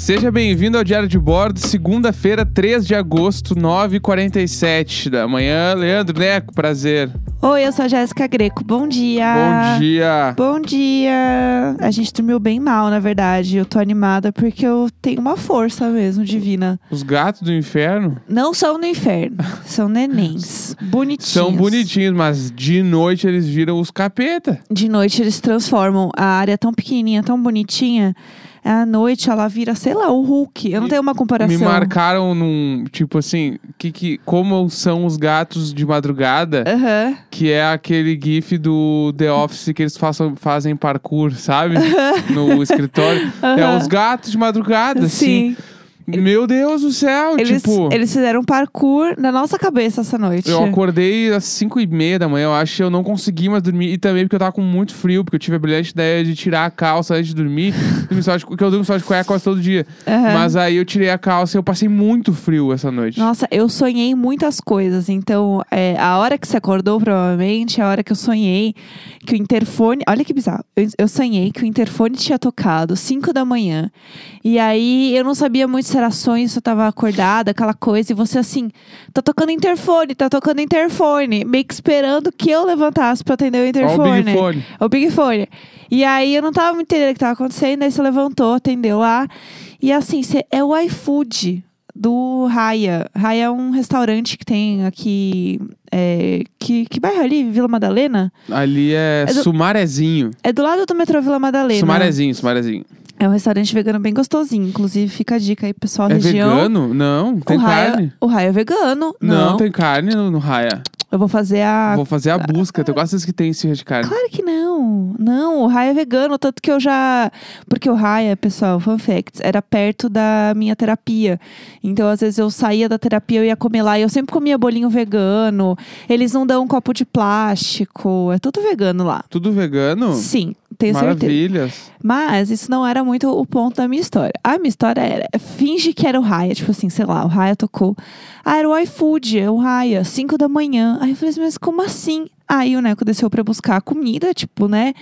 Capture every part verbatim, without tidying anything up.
Seja bem-vindo ao Diário de Bordo, segunda-feira, três de agosto, nove e quarenta e sete da manhã. Leandro Neco, prazer. Oi, eu sou a Jéssica Greco. Bom dia. Bom dia. Bom dia. A gente dormiu bem mal, na verdade. Eu tô animada porque eu tenho uma força mesmo divina. Os gatos do inferno? Não são no inferno, são nenéns. Bonitinhos. São bonitinhos, mas de noite eles viram os capeta. De noite eles transformam. A área tão pequenininha, tão bonitinha. À noite ela vira, sei lá, o Hulk. Eu não tenho uma comparação. Me marcaram num, tipo assim, que, que, como são os gatos de madrugada, Aham. que é aquele gif do The Office que eles façam, fazem parkour, sabe? No escritório. É Aham. os gatos de madrugada, assim. Sim. Meu Deus do céu, Eles, tipo... eles fizeram um parkour na nossa cabeça essa noite. Eu acordei às cinco e meia da manhã, eu acho que eu não consegui mais dormir. E também porque eu tava com muito frio, porque eu tive a brilhante ideia de tirar a calça antes de dormir. Porque eu durmo só de cueca quase todo dia. Uhum. Mas aí eu tirei a calça e eu passei muito frio essa noite. Nossa, eu sonhei muitas coisas. Então, é, a hora que você acordou, provavelmente, é a hora que eu sonhei que o interfone... Olha que bizarro. Eu, eu sonhei que o interfone tinha tocado cinco da manhã. E aí, eu não sabia muito se era sonho, se eu tava acordada, aquela coisa. E você assim, tá tocando interfone, tá tocando interfone. Meio que esperando que eu levantasse pra atender o interfone. Ó o Big Fone. O Big Fone. E aí, eu não tava muito entendendo o que tava acontecendo. Aí você levantou, atendeu lá. E assim, você, é o iFood do Raya. Raya é um restaurante que tem aqui... É, que, que bairro ali? Vila Madalena? Ali é, É do- Sumarezinho. É do lado do metrô Vila Madalena. Sumarezinho, Sumarezinho. É um restaurante vegano bem gostosinho. Inclusive, fica a dica aí, pessoal. É região. vegano? Não, tem o Raya, carne. O Raya é vegano. Não, Não, tem carne no, no Raya. Eu vou fazer a... Vou fazer a busca, eu tenho quase certeza que tem esse de carne. Claro que não. Não, o Raya é vegano. Tanto que eu já... Porque o Raya, pessoal, fun facts, era perto da minha terapia. Então, às vezes, eu saía da terapia, eu ia comer lá. E eu sempre comia bolinho vegano. Eles não dão um copo de plástico. É tudo vegano lá. Tudo vegano? Sim, tenho certeza. Maravilhas. Mas isso não era muito o ponto da minha história. A minha história era, finge que era o Raya. Tipo assim, sei lá, o Raya tocou. Ah, era o iFood, é o Raya, cinco da manhã. Aí eu falei assim, mas como assim? Aí o Neco desceu pra buscar a comida, tipo, né?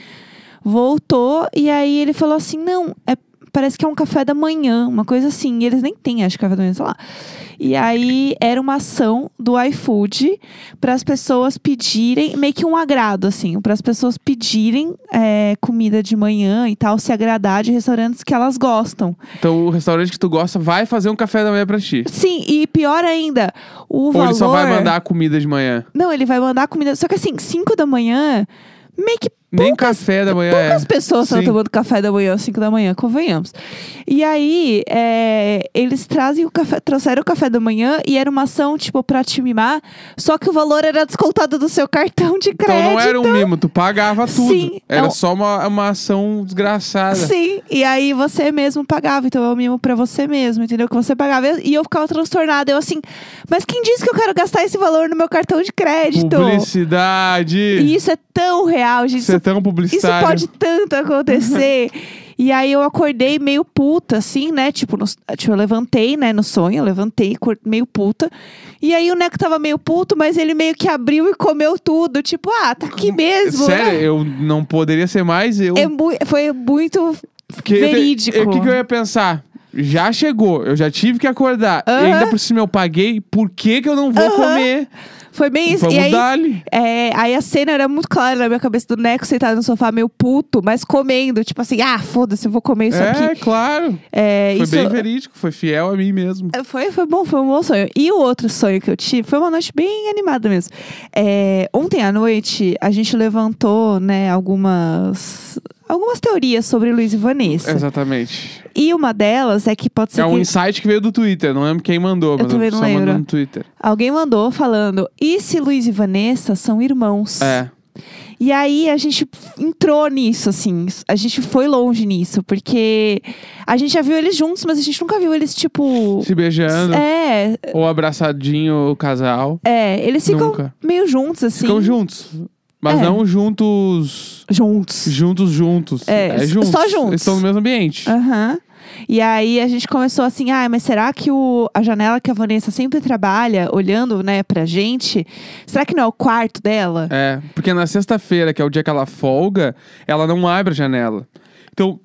Voltou e aí ele falou assim, não, é, parece que é um café da manhã, uma coisa assim. E eles nem têm, acho, café da manhã, sei lá. E aí era uma ação do iFood para as pessoas pedirem, meio que um agrado, assim, para as pessoas pedirem é, comida de manhã e tal, se agradar de restaurantes que elas gostam. Então o restaurante que tu gosta vai fazer um café da manhã pra ti. Sim, e pior ainda, o Ou valor... ele só vai mandar a comida de manhã? Não, ele vai mandar comida. Só que assim, cinco da manhã, meio que Nem poucas, café da manhã poucas é. pessoas estão Sim. tomando café da manhã às cinco da manhã, convenhamos. E aí, é, eles trazem o café, trouxeram o café da manhã e era uma ação, tipo, pra te mimar. Só que o valor era descontado do seu cartão de crédito. Então não era um mimo, tu pagava tudo. Sim, Era é um- só uma, uma ação desgraçada. Sim, e aí você mesmo pagava. Então é um mimo pra você mesmo, entendeu? Que você pagava. E eu ficava transtornada. Eu assim, mas quem disse que eu quero gastar esse valor no meu cartão de crédito? Publicidade! E isso é tão real, gente. Isso é tão Isso publicitário. pode tanto acontecer. E aí eu acordei meio puta, assim, né? Tipo, no, tipo, eu levantei, né, no sonho. Eu levantei cor- meio puta. E aí o Neco tava meio puto, mas ele meio que abriu e comeu tudo. Tipo, ah, tá aqui mesmo. Sério, né? eu não poderia ser mais eu. É mui- foi muito Porque verídico. O que, que eu ia pensar? Já chegou, eu já tive que acordar. Aham. E ainda por cima eu paguei, por que que eu não vou Aham. comer? Foi bem isso. Vamos E aí, dar-lhe. é, aí a cena era muito clara na minha cabeça do Neco sentado no sofá, meio puto, mas comendo. Tipo assim, ah, foda-se, eu vou comer isso É, aqui. claro. É, Foi isso- bem verídico, foi fiel a mim mesmo. Foi, foi bom, foi um bom sonho. E o outro sonho que eu tive foi uma noite bem animada mesmo. É, ontem à noite, a gente levantou, né, algumas, algumas teorias sobre Luiz e Vanessa. Exatamente. E uma delas é que pode ser É um que insight que veio do Twitter, não lembro quem mandou, mas também eu não só lembro. mandou no Twitter. alguém mandou falando, e se Luiz e Vanessa são irmãos? É. E aí a gente entrou nisso, assim. A gente foi longe nisso, porque a gente já viu eles juntos, mas a gente nunca viu eles, tipo. Se beijando, É, ou abraçadinho, o casal. é. Eles ficam Nunca. meio juntos, assim. Ficam juntos. Mas É. não juntos. Juntos. Juntos, juntos. É, juntos. só juntos. Eles estão no mesmo ambiente. Aham. E aí a gente começou assim, ah, mas será que o, a janela que a Vanessa sempre trabalha, olhando, né, pra gente, será que não é o quarto dela? É, porque na sexta-feira, que é o dia que ela folga, ela não abre a janela. Então,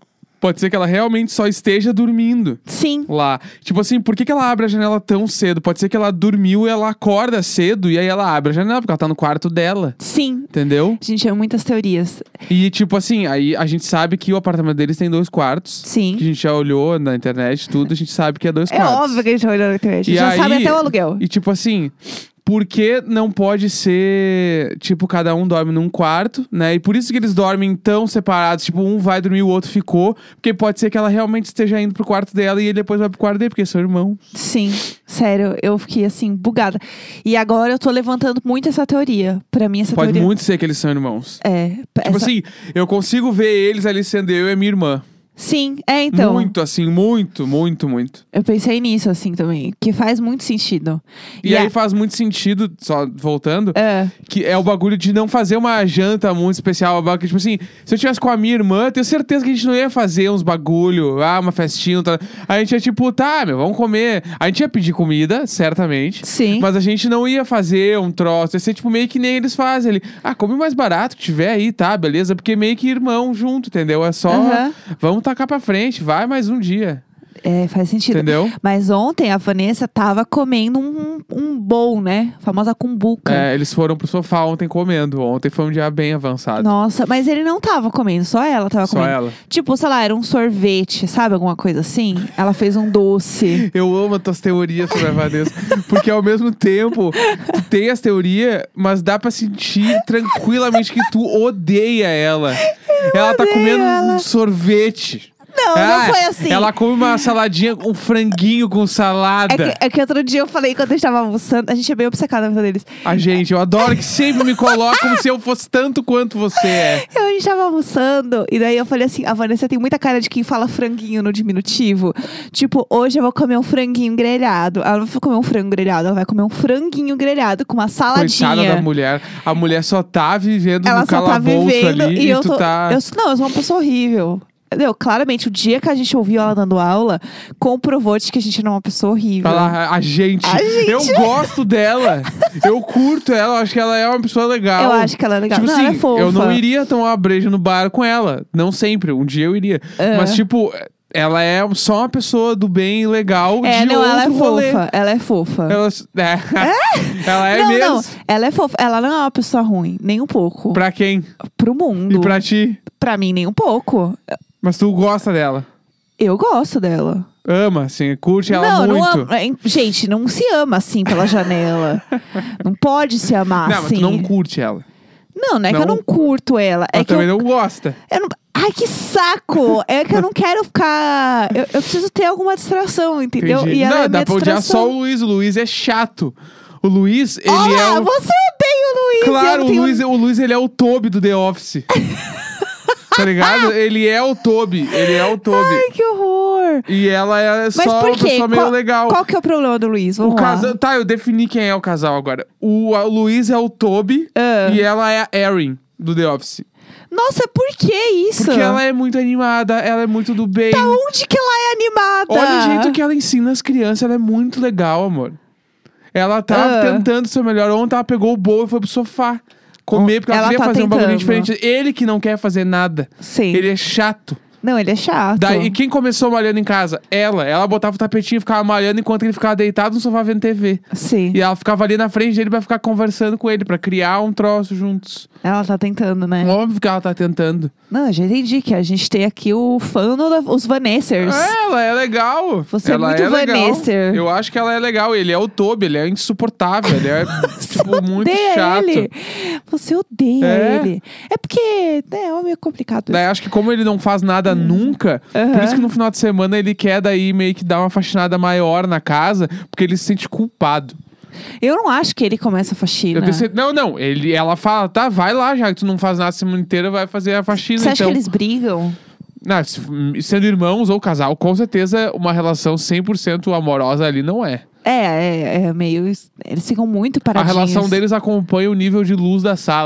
Pode ser que ela realmente só esteja dormindo Sim. lá. Tipo assim, por que, que ela abre a janela tão cedo? Pode ser que ela dormiu e ela acorda cedo e aí ela abre a janela, porque ela tá no quarto dela. Sim. Entendeu? Gente, é muitas teorias. E tipo assim, aí a gente sabe que o apartamento deles tem dois quartos. Sim. Que a gente já olhou na internet, tudo, a gente sabe que é dois É quartos. óbvio que a gente olhou na internet. A E gente já aí- sabe até o aluguel. E tipo assim, por que não pode ser, tipo, cada um dorme num quarto, né? E por isso que eles dormem tão separados, tipo, um vai dormir, o outro ficou. Porque pode ser que ela realmente esteja indo pro quarto dela e ele depois vai pro quarto dele, porque são irmãos. Sim, sério, eu fiquei assim, bugada. E agora eu tô levantando muito essa teoria. Pra mim, essa Pode teoria. muito ser que eles são irmãos. É. Tipo essa- assim, eu consigo ver eles ali sendo eu e a minha irmã. Sim, é então. Muito, assim, muito, muito, muito. Eu pensei nisso, assim, também. Que faz muito sentido. E, aí a- faz muito sentido, só voltando, É. que é o bagulho de não fazer uma janta muito especial. Porque, tipo assim, se eu tivesse com a minha irmã, eu tenho certeza que a gente não ia fazer uns bagulho, ah, uma festinha. Tá? A gente ia tipo, tá, meu, vamos comer. A gente ia pedir comida, certamente. Sim. Mas a gente não ia fazer um troço. Ia ser tipo meio que nem eles fazem ali. Ah, come o mais barato que tiver aí, tá, beleza? Porque meio que irmão junto, entendeu? É só, Aham. vamos tacar pra frente, vai mais um dia. É, faz sentido. Entendeu? Mas ontem a Vanessa tava comendo um, um bowl, né? A famosa cumbuca. É, eles foram pro sofá ontem comendo. Ontem foi um dia bem avançado. Nossa, mas ele não tava comendo, só ela tava Só comendo. ela. Tipo, sei lá, era um sorvete, sabe? Alguma coisa assim. Ela fez um doce. Eu amo as tuas teorias sobre a Vanessa. Porque ao mesmo tempo, tu tem as teorias, mas dá pra sentir tranquilamente que tu odeia ela. ela tá odeio comendo ela. um sorvete. Não, Ah, não foi assim. Ela come uma saladinha com um franguinho com salada. É que, é que outro dia eu falei, quando a gente tava almoçando, a gente é bem obcecada na vida deles. A gente, eu adoro que sempre me coloca como se eu fosse tanto quanto você é. Eu, a gente tava almoçando, e daí eu falei assim, a Vanessa tem muita cara de quem fala franguinho no diminutivo. Tipo, hoje eu vou comer um franguinho grelhado. Ela não vai comer um frango grelhado, ela vai comer um franguinho grelhado com uma saladinha. Coitada da mulher. A mulher só tá vivendo Ela no só tá calabouço vivendo ali e, e, eu tu tô, tá... eu, não, eu sou uma pessoa horrível. Entendeu? Claramente, o dia que a gente ouviu ela dando aula, comprovou de que a gente não é uma pessoa horrível. Fala, a gente. A gente. Eu gosto dela. Eu curto ela. Eu acho que ela é uma pessoa legal. Eu acho que ela é legal. Tipo Não, assim, ela é fofa. eu não iria tomar uma breja no bar com ela. Não sempre. Um dia eu iria. É. Mas, tipo, ela é só uma pessoa do bem e legal É, de não, ela é outro rolê. fofa. Ela é fofa. Ela é, ela é não, mesmo. não. Ela é fofa. Ela não é uma pessoa ruim, nem um pouco. Pra quem? Pro mundo. E pra ti? Pra mim, nem um pouco. Mas tu gosta dela. Eu gosto dela. Ama, assim, curte ela não, muito. não ama. Gente, não se ama assim pela janela. Não pode se amar Não, mas assim. tu não curte ela. Não, não é Não. que eu não curto ela. Mas É que também eu, não gosta. eu não... Ai, que saco! É que eu não quero ficar... Eu, eu preciso ter alguma distração, entendeu? Entendi. E ela não, é dá minha pra odiar distração. só o Luiz. O Luiz é chato. O Luiz, ele Olha, é o... você odeia o Luiz. eu Claro, não o tenho- Luiz, o Luiz, ele é o Toby do The Office. Tá ligado? Ele é o Toby. Ele é o Toby. Ai, que horror! E ela é Mas só por uma quê? pessoa meio Qual, legal. qual que é o problema do Luiz? O Vamos lá. casal... Tá, eu defini quem é o casal agora. O, a- o Luiz é o Toby Ah. e ela é a Erin do The Office. Nossa, por que isso? Porque ela é muito animada, ela é muito do bem. Onde que ela é animada? Olha o jeito que ela ensina as crianças, ela é muito legal, amor. Ela tá Ah. tentando ser melhor. Ontem ela pegou o bolo e foi pro sofá comer, porque ela, Ela queria tá fazer um bagulho tentando. diferente. Ele que não quer fazer nada. Sim. Ele é chato. Não, ele é chato. Daí, e quem começou malhando em casa? Ela. Ela botava o tapetinho e ficava malhando enquanto ele ficava deitado no sofá vendo T V. Sim. E ela ficava ali na frente dele pra ficar conversando com ele, pra criar um troço juntos. Ela tá tentando, né? Óbvio que ela tá tentando. Não, eu já entendi que a gente tem aqui o fã dos Vanessers. É, ela é legal. Você é ela muito legal. Vanesser. Eu acho que ela é legal. Ele é o Toby, ele é insuportável. Ele é, tipo, muito odeia chato. ele. Você odeia É. ele. É porque, né, homem é complicado. Daí acho que como ele não faz nada nunca, Aham. por isso que no final de semana ele quer daí meio que dar uma faxinada maior na casa, porque ele se sente culpado. Eu não acho que ele começa a faxina. Eu tenho certeza- Não, não. Ele, ela fala, tá, vai lá, já que tu não faz nada a semana inteira, vai fazer a faxina. Você acha então. que eles brigam? Não, se- sendo irmãos ou casal, com certeza uma relação cem por cento amorosa ali não é. É, é, é meio... Eles ficam muito A paradinhos. relação deles acompanha o nível de luz da sala.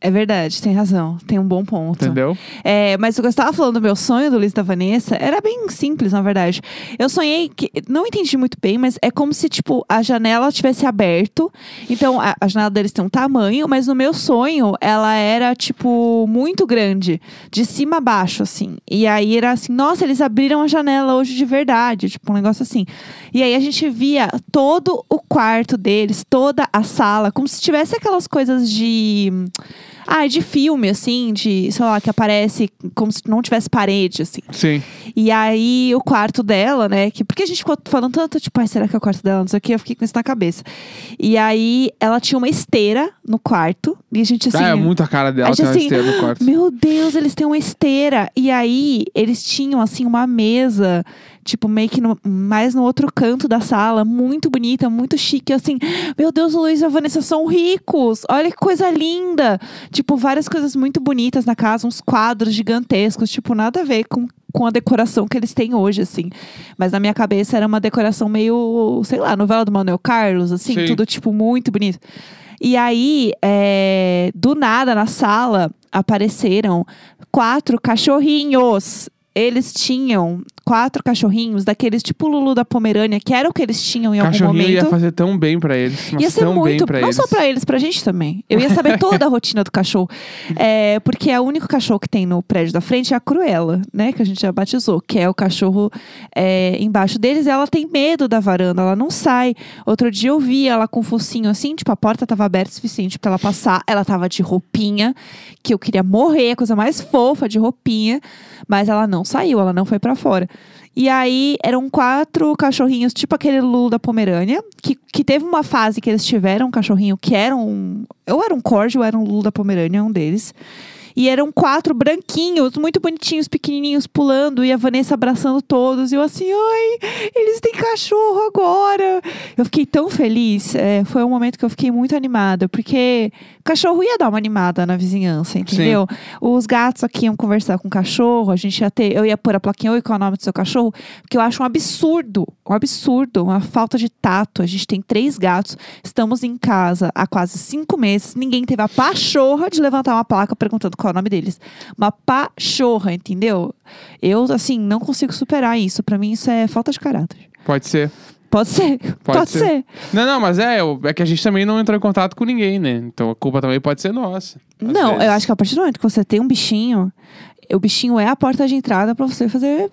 É verdade, tem razão. Tem um bom ponto. Entendeu? É, mas o que eu estava falando do meu sonho do Luiz e da Vanessa era bem simples, na verdade. Eu sonhei que. Não entendi muito bem, mas é como se, tipo, a janela tivesse aberto. Então, a, a janela deles tem um tamanho, mas no meu sonho, ela era, tipo, muito grande. De cima a baixo, assim. E aí era assim, nossa, eles abriram a janela hoje de verdade. Tipo, um negócio assim. E aí a gente via todo o quarto deles, toda a sala, como se tivesse aquelas coisas de. Ah, de filme, assim, de, sei lá, que aparece como se não tivesse parede, assim. Sim. E aí, o quarto dela, né, que, porque a gente ficou falando tanto, tipo, ai, será que é o quarto dela? Não sei o que, eu fiquei com isso na cabeça. E aí, ela tinha uma esteira no quarto, e a gente, assim... Ah, é muito a cara dela a gente, ter uma assim, esteira no quarto. Meu Deus, eles têm uma esteira. E aí, eles tinham, assim, uma mesa... Tipo, meio que no, mais no outro canto da sala. Muito bonita, muito chique. Assim, meu Deus, o Luiz e a Vanessa são ricos. Olha que coisa linda. Tipo, várias coisas muito bonitas na casa. Uns quadros gigantescos. Tipo, nada a ver com, com a decoração que eles têm hoje, assim. Mas na minha cabeça era uma decoração meio, sei lá, novela do Manuel Carlos. Assim, Sim. Tudo, tipo, muito bonito. E aí, é, do nada, na sala, apareceram quatro cachorrinhos. Eles tinham quatro cachorrinhos, daqueles tipo Lulu da Pomerânia, que era o que eles tinham em algum Cachorrinho momento. ia fazer tão bem pra eles. Mas Ia ser tão muito, bem pra não eles. só pra eles, pra gente também. Eu ia saber toda a rotina do cachorro. É, porque o único cachorro que tem no prédio da frente é a Cruella, né? Que a gente já batizou. Que é o cachorro é, embaixo deles. E ela tem medo da varanda, ela não sai. Outro dia eu vi ela com o focinho assim, tipo, a porta tava aberta o suficiente pra ela passar. Ela tava de roupinha, que eu queria morrer, a coisa mais fofa de roupinha. Mas ela não saiu, ela não foi pra fora. E aí, eram quatro cachorrinhos, tipo aquele Lulu da Pomerânia, que, que teve uma fase que eles tiveram um cachorrinho que era um... Ou era um Corgi, ou era um Lulu da Pomerânia, um deles. E eram quatro branquinhos, muito bonitinhos, pequenininhos, pulando. E a Vanessa abraçando todos. E eu assim, ai, eles têm cachorro agora. Eu fiquei tão feliz. É, foi um momento que eu fiquei muito animada. Porque o cachorro ia dar uma animada na vizinhança, entendeu? Sim. Os gatos aqui iam conversar com o cachorro. A gente ia ter... Eu ia pôr a plaquinha, oi, qual é o nome do seu cachorro? Porque eu acho um absurdo. Um absurdo. Uma falta de tato. A gente tem três gatos. Estamos em casa há quase cinco meses. Ninguém teve a pachorra de levantar uma placa perguntando qual é o nome deles. Uma pachorra, entendeu? Eu, assim, não consigo superar isso. Pra mim, isso é falta de caráter. Pode ser. Pode ser. Pode, Pode ser. ser. Não, não, mas é, é que a gente também não entrou em contato com ninguém, né? Então a culpa também pode ser nossa. Não, vezes. Eu acho que a partir do momento que você tem um bichinho, o bichinho é a porta de entrada pra você fazer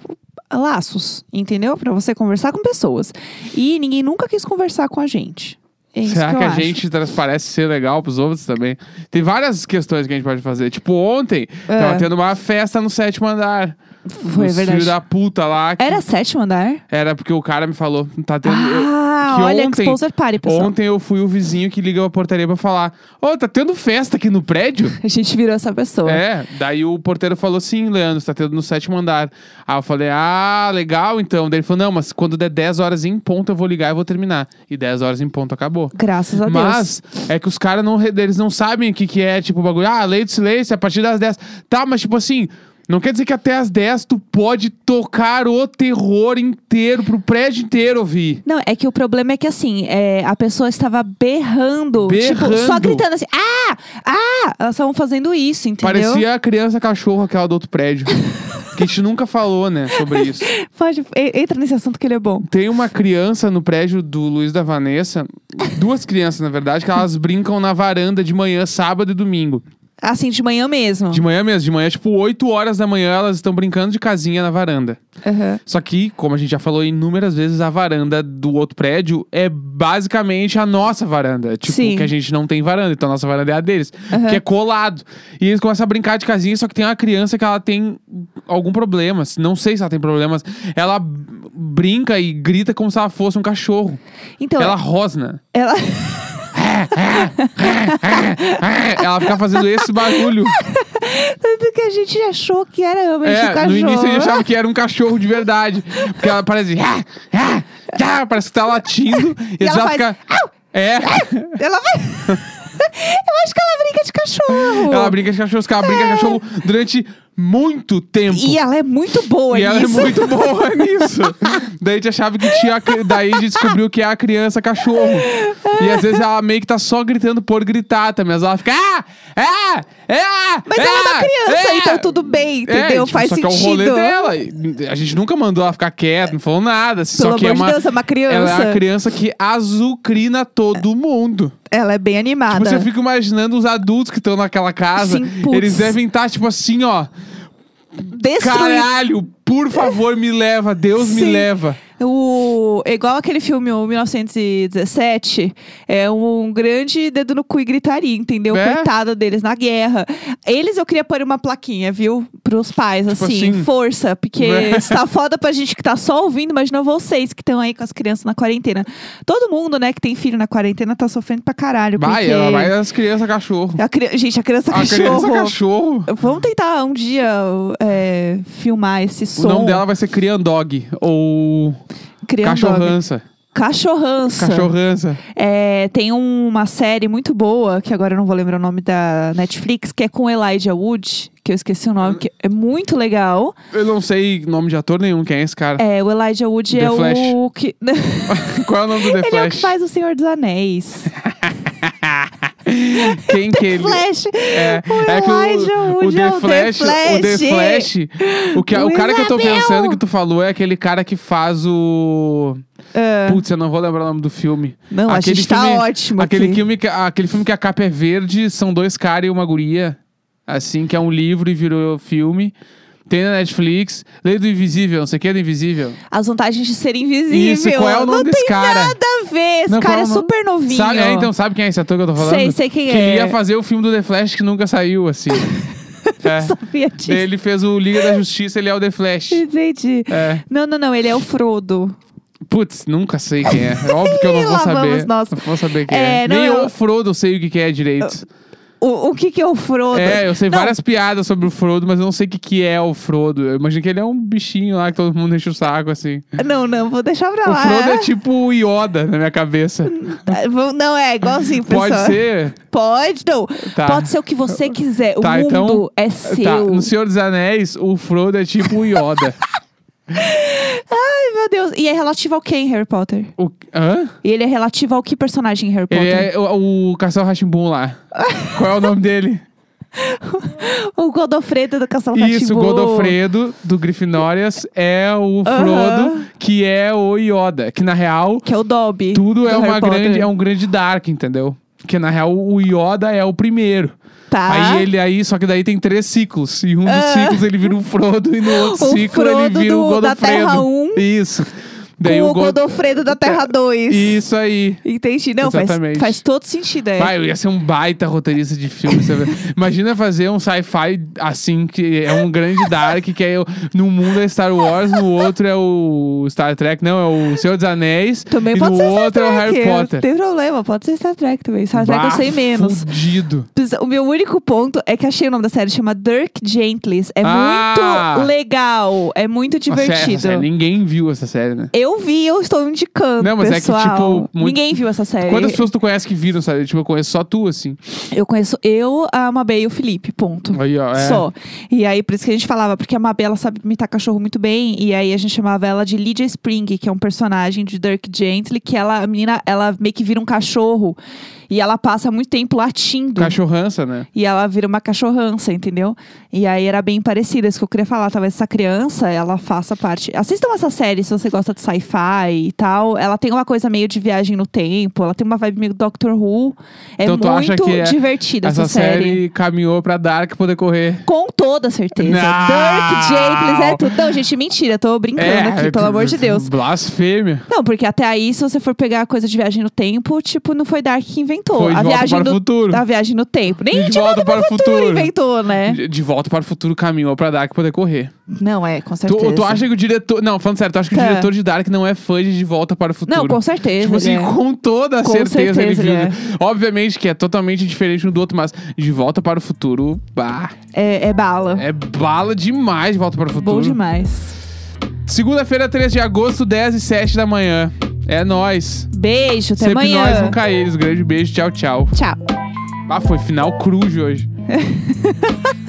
laços, entendeu? Pra você conversar com pessoas. E ninguém nunca quis conversar com a gente. É isso Será que, que a acho. gente parece ser legal pros outros também? Tem várias questões que a gente pode fazer. Tipo, ontem, é. tava tendo uma festa no sétimo andar. Foi, Os verdade. filhos da puta lá. Que... Era sétimo andar? Era porque o cara me falou. Tá tendo... Ah, que olha, ontem, Exposer Party, pessoal. Ontem eu fui o vizinho que liga a portaria pra falar: Ô, oh, tá tendo festa aqui no prédio? A gente virou essa pessoa. É, daí o porteiro falou: sim, Leandro, tá tendo no sétimo andar. Aí eu falei: ah, legal então. Daí ele falou: não, mas quando der dez horas em ponto eu vou ligar e vou terminar. E dez horas em ponto acabou. Graças a Deus. Mas é que os caras não, eles não sabem o que, que é, tipo, o bagulho. Ah, lei de silêncio a partir das dez. Tá, mas tipo assim, não quer dizer que até as dez tu pode tocar o terror inteiro, pro prédio inteiro ouvir. Não, é que o problema é que assim, é, a pessoa estava berrando, Berrando. Tipo, só gritando assim, ah, ah, elas estavam fazendo isso, entendeu? Parecia a criança cachorro, aquela do outro prédio. Que a gente nunca falou, né, sobre isso. Pode, entra nesse assunto que ele é bom. Tem uma criança no prédio do Luiz da Vanessa, duas crianças, na verdade, que elas brincam na varanda de manhã, sábado e domingo. Assim, de manhã mesmo. De manhã mesmo, de manhã, tipo, oito horas da manhã, elas estão brincando de casinha na varanda. Uhum. Só que, como a gente já falou inúmeras vezes, a varanda do outro prédio é basicamente a nossa varanda. Tipo, Sim. que a gente não tem varanda, então a nossa varanda é a deles. Uhum. Que é colado. E eles começam a brincar de casinha, só que tem uma criança que ela tem algum problema. Não sei se ela tem problemas. Ela brinca e grita como se ela fosse um cachorro. Então, ela rosna. Ela... Ela fica fazendo esse barulho. Tanto que a gente achou que era realmente é, um cachorro. No início a gente achava que era um cachorro de verdade. Porque ela parece... Ah, ah, ah, parece que tá latindo. E, e ela faz... fica... Au! É. Ela vai... Eu acho que ela brinca de cachorro. Ela brinca de cachorro. Ela brinca de cachorro durante muito tempo. E ela é muito boa E ela é nisso. muito boa nisso. Daí a gente achava que tinha... a cri- Daí a gente descobriu que é a criança cachorro. E às vezes ela meio que tá só gritando por gritar também. Mas ela fica... Ah! Ah! Ah! Mas ela é uma criança, então tudo bem, entendeu? É, tipo, Faz só sentido. que é o rolê dela. E a gente nunca mandou ela ficar quieta, não falou nada. Assim, Pelo só que amor é uma, de Deus, é uma criança. ela é uma criança que azucrina todo mundo. Ela é bem animada. Tipo, você fica imaginando os adultos que estão naquela casa. Sim, putz. Eles devem estar, tipo assim, ó. Destruir. Caralho, por favor, me leva. Deus me Sim. leva. O, igual aquele filme, o mil novecentos e dezessete, é um grande dedo no cu e gritaria, entendeu? É? Coitada deles na guerra. Eles eu queria pôr uma plaquinha, viu? Pros pais, Tipo assim, assim. força. Porque É. está foda pra gente que tá só ouvindo, imagina vocês que estão aí com as crianças na quarentena. Todo mundo, né, que tem filho na quarentena tá sofrendo pra caralho. Vai, porque ela vai as crianças cachorro. a cri... Gente, a criança A cachorro. criança cachorro. Vamos tentar um dia é, filmar esse som. O nome dela vai ser Criandog. Ou Criando Cachorrança. Cachorrança. Cachorrança. É, tem uma série muito boa, que agora eu não vou lembrar o nome da Netflix, que é com Elijah Wood, que eu esqueci o nome, que é muito legal. Eu não sei nome de ator nenhum. Quem é esse cara? É, o Elijah Wood The é Flash. o que... Qual é o nome do The Ele Flash? é o que faz o Senhor dos Anéis. Quem que ele... Flash. É, O é que Elijah o, o Wood é The o Flash, The o The Flash. Flash, o, que, o O cara que eu tô Isabel. pensando que tu falou é aquele cara que faz o... Ah, Putz, eu não vou lembrar o nome do filme. não, a gente tá ótimo aquele aqui. filme, que, aquele filme que a capa é verde, são dois caras e uma guria. Assim, que é um livro e virou filme. Tem na Netflix. Lei do Invisível, não sei o que é do Invisível. As vantagens de ser invisível. Isso, qual é o nome não desse tem cara? nada a ver. Esse Não, cara qual é é o nome? super novinho. Sabe, é, então, sabe quem é esse ator que eu tô falando? Sei, sei quem que é. ia fazer o filme do The Flash que nunca saiu, assim. é. Sabia disso. Daí ele fez o Liga da Justiça, ele é o The Flash. Entendi. É. Não, não, não. Ele é o Frodo. Putz, nunca sei quem é. É óbvio que eu não vou Lá saber. vamos nós. Não vou saber quem É, é. não, Nem eu- o Frodo eu sei o que, que é direito. O, o que que é o Frodo? É, eu sei Não, várias piadas sobre o Frodo, mas eu não sei o que, que é o Frodo. Eu imagino que ele é um bichinho lá que todo mundo enche o saco, assim. Não, não. Vou deixar pra O lá. Frodo é tipo o Yoda na minha cabeça. Vamos- Não, é igualzinho, pessoal. Pode ser? Pode, não. Tá. Pode ser o que você quiser. O Tá, mundo então- é seu. Tá, no Senhor dos Anéis, o Frodo é tipo o Yoda. Ai, meu Deus. E é relativo ao que em Harry Potter? O... Hã? E ele é relativo ao que personagem em Harry Ele Potter? é o, o Castelo Rá-Tim-Bum lá. Qual é o nome dele? O Godofredo do Castelo Isso, o Rá-Tim-Bum. Godofredo do Grifinórias é o Frodo, Aham. que é o Yoda. Que na real, Que é o Dobby. tudo do é, uma Harry Potter. grande, é um grande Dark, entendeu? Que na real o Yoda é o primeiro. Tá. Aí ele aí, só que daí tem três ciclos. E um dos Ah. ciclos ele vira o Frodo e no outro O ciclo ele Frodo vira o do- da Godofredo. Terra um. Isso. Daí Com o God- Godofredo da Terra dois. Isso aí. Entendi. Não, faz, Exatamente. faz todo sentido. É. Vai, eu ia ser um baita roteirista de filme. Você vê. Imagina fazer um sci-fi assim, que é um grande dark, que é num mundo é Star Wars, no outro é o Star Trek, não, é o Senhor dos Anéis. Também e pode no ser Star outro é o Trek. Harry Potter. Não tem problema, pode ser Star Trek também. Star Trek eu Bah, sei menos. Fudido. O meu único ponto é que achei o nome da série, chama Dirk Gently. É Ah! muito legal, é muito Nossa, essa divertido. série, ninguém viu essa série, né? Eu vi, eu estou indicando, Não, mas é que, pessoal. tipo, muito- Ninguém viu essa série. Quantas pessoas tu conhece que viram, sabe? Tipo, eu conheço só tu, assim. Eu conheço eu, a Mabê e o Felipe, ponto. Aí, ó, é. Só. E aí, por isso que a gente falava, porque a Mabê, ela sabe imitar cachorro muito bem. E aí, a gente chamava ela de Lydia Spring, que é um personagem de Dirk Gently, que ela, a menina, ela meio que vira um cachorro. E ela passa muito tempo latindo. Cachorrança, né? E ela vira uma cachorrança, entendeu? E aí era bem parecido. Isso que eu queria falar. Talvez essa criança, ela faça parte... Assistam essa série se você gosta de sci-fi e tal. Ela tem uma coisa meio de viagem no tempo. Ela tem uma vibe meio Doctor Who. É Então tu acha muito que é- divertida essa, Essa série caminhou pra Dark poder correr. Com toda certeza. Não! Dirk Gently é tudo. Não, gente, mentira. Tô brincando aqui, pelo amor de Deus. Blasfêmia. Não, porque até aí, se você for pegar a coisa de viagem no tempo, tipo, não foi Dark que inventou. Foi De a Volta viagem para o no, Futuro. A viagem no tempo. Nem De de, Volta volta, para o para o futuro, Futuro. inventou, né? De, de Volta para o Futuro caminhou pra Dark poder correr. Não, é, com Tu, certeza. tu acha que o diretor... Não, falando sério, tu acha que Tá. o diretor de Dark não é fã de De Volta para o Futuro? Não, com certeza. Tipo assim, ele é. com toda a Com certeza, certeza ele viu. ele Obviamente que é totalmente diferente um do outro, mas De Volta para o Futuro, bah, É, é bala. é bala demais De Volta para o Futuro. Bom demais. Segunda-feira, três de agosto, dez e sete da manhã. É nóis. Beijo, até Sempre amanhã. nós, nunca eles. Grande beijo, tchau, tchau. Tchau. Ah, foi final cruz hoje.